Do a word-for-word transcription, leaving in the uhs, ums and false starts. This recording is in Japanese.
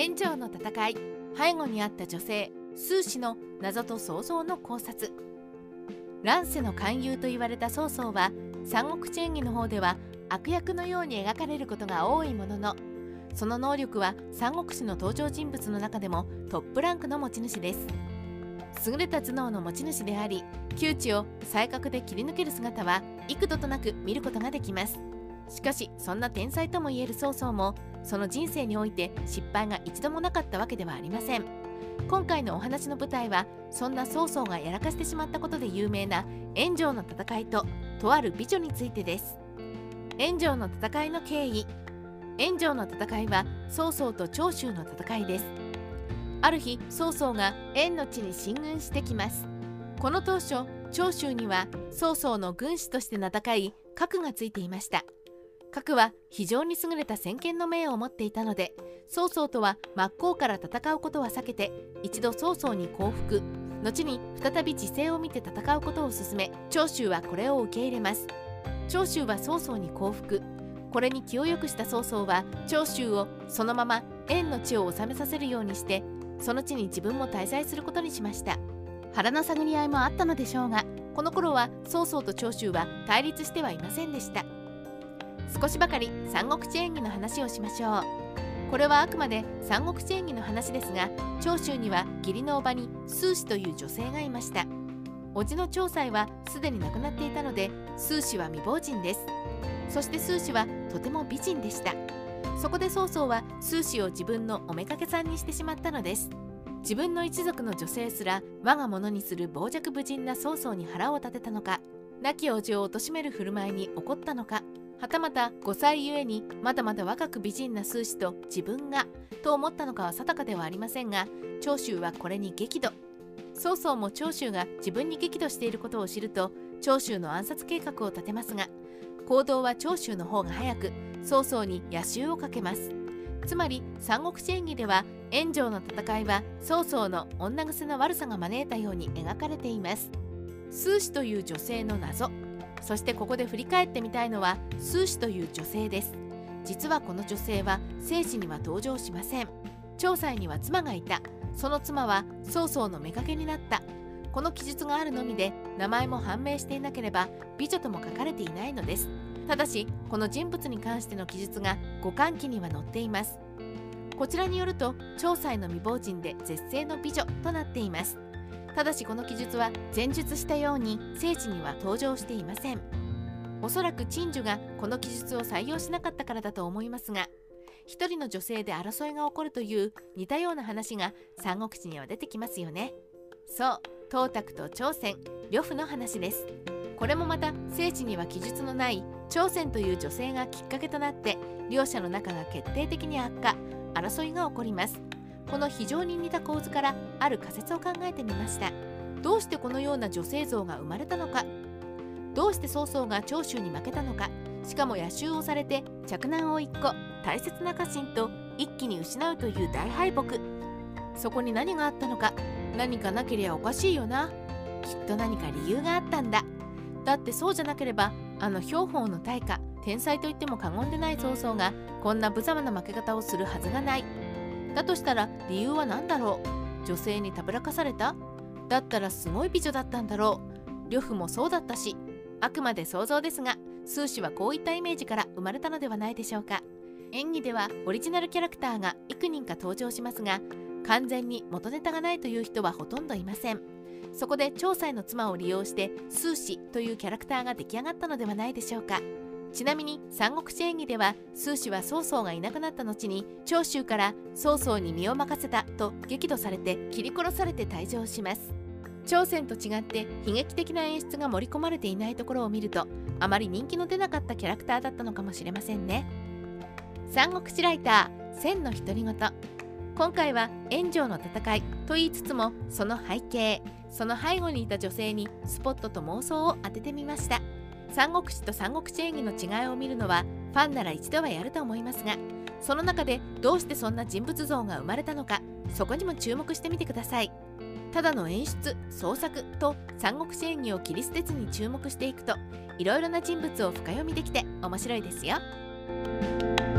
炎上の戦い、背後にあった女性数子の謎と想像の考察。乱世の勧誘と言われた曹操は三国志演義の方では悪役のように描かれることが多いものの、その能力は三国志の登場人物の中でもトップランクの持ち主です。優れた頭脳の持ち主であり、窮地を才覚で切り抜ける姿は幾度となく見ることができます。しかしそんな天才ともいえる曹操もその人生において失敗が一度もなかったわけではありません。今回のお話の舞台はそんな曹操がやらかしてしまったことで有名な炎上の戦いととある美女についてです。炎上の戦いの経緯。炎上の戦いは曹操と長州の戦いです。ある日、曹操が燕の地に進軍してきます。この当初、長州には曹操の軍師として名高い郭がついていました。郭は非常に優れた先見の明を持っていたので、曹操とは真っ向から戦うことは避けて、一度曹操に降伏、後に再び時勢を見て戦うことを進め、長州はこれを受け入れます。長州は曹操に降伏。これに気をよくした曹操は長州をそのまま燕の地を治めさせるようにして、その地に自分も滞在することにしました。腹の探り合いもあったのでしょうが、この頃は曹操と長州は対立してはいませんでした。少しばかり三国志演義の話をしましょう。これはあくまで三国志演義の話ですが、長州には義理の叔母に数子という女性がいました。叔父の長妻はすでに亡くなっていたので、数子は未亡人です。そして数子はとても美人でした。そこで曹操は数子を自分のおめかけさんにしてしまったのです。自分の一族の女性すら我が物にする傍若無人な曹操に腹を立てたのか、亡き叔父を貶める振る舞いに怒ったのか、はたまたごさいゆえにまだまだ若く美人な数子と自分がと思ったのかは定かではありませんが、長州はこれに激怒。曹操も長州が自分に激怒していることを知ると、長州の暗殺計画を立てますが、行動は長州の方が早く曹操に夜襲をかけます。つまり三国志演義では炎上の戦いは曹操の女癖の悪さが招いたように描かれています。数子という女性の謎。そしてここで振り返ってみたいのは数子という女性です。実はこの女性は正史には登場しません。長妻には妻がいた。その妻は曹操の妾になった。この記述があるのみで、名前も判明していなければ美女とも書かれていないのです。ただしこの人物に関しての記述が五漢記には載っています。こちらによると長妻の未亡人で絶世の美女となっています。ただしこの記述は前述したように正史には登場していません。おそらく陳寿がこの記述を採用しなかったからだと思いますが、一人の女性で争いが起こるという似たような話が三国志には出てきますよね。そう、董卓と朝鮮、呂布の話です。これもまた正史には記述のない朝鮮という女性がきっかけとなって両者の仲が決定的に悪化、争いが起こります。この非常に似た構図からある仮説を考えてみました。どうしてこのような女性像が生まれたのか、どうして曹操が長州に負けたのか、しかも夜襲をされて嫡男を一個、大切な家臣と一気に失うという大敗北。そこに何があったのか。何かなけりゃおかしいよな。きっと何か理由があったんだ。だってそうじゃなければあの兵法の大家、天才と言っても過言でない曹操がこんな無様な負け方をするはずがない。だとしたら理由は何だろう。女性にたぶらかされた？だったらすごい美女だったんだろう。呂布もそうだったし。あくまで想像ですが、数子はこういったイメージから生まれたのではないでしょうか。演技ではオリジナルキャラクターが幾人か登場しますが、完全に元ネタがないという人はほとんどいません。そこで長妻の妻を利用して数子というキャラクターが出来上がったのではないでしょうか。ちなみに三国志演義では数子は曹操がいなくなった後に長州から曹操に身を任せたと激怒されて切り殺されて退場します。朝鮮と違って悲劇的な演出が盛り込まれていないところを見ると、あまり人気の出なかったキャラクターだったのかもしれませんね。三国志ライター千の独り言。今回は炎上の戦いと言いつつも、その背景、その背後にいた女性にスポットと妄想を当ててみました。三国志と三国志演義の違いを見るのはファンなら一度はやると思いますが、その中でどうしてそんな人物像が生まれたのか、そこにも注目してみてください。ただの演出、創作と三国志演義を切り捨てずに注目していくと、いろいろな人物を深読みできて面白いですよ。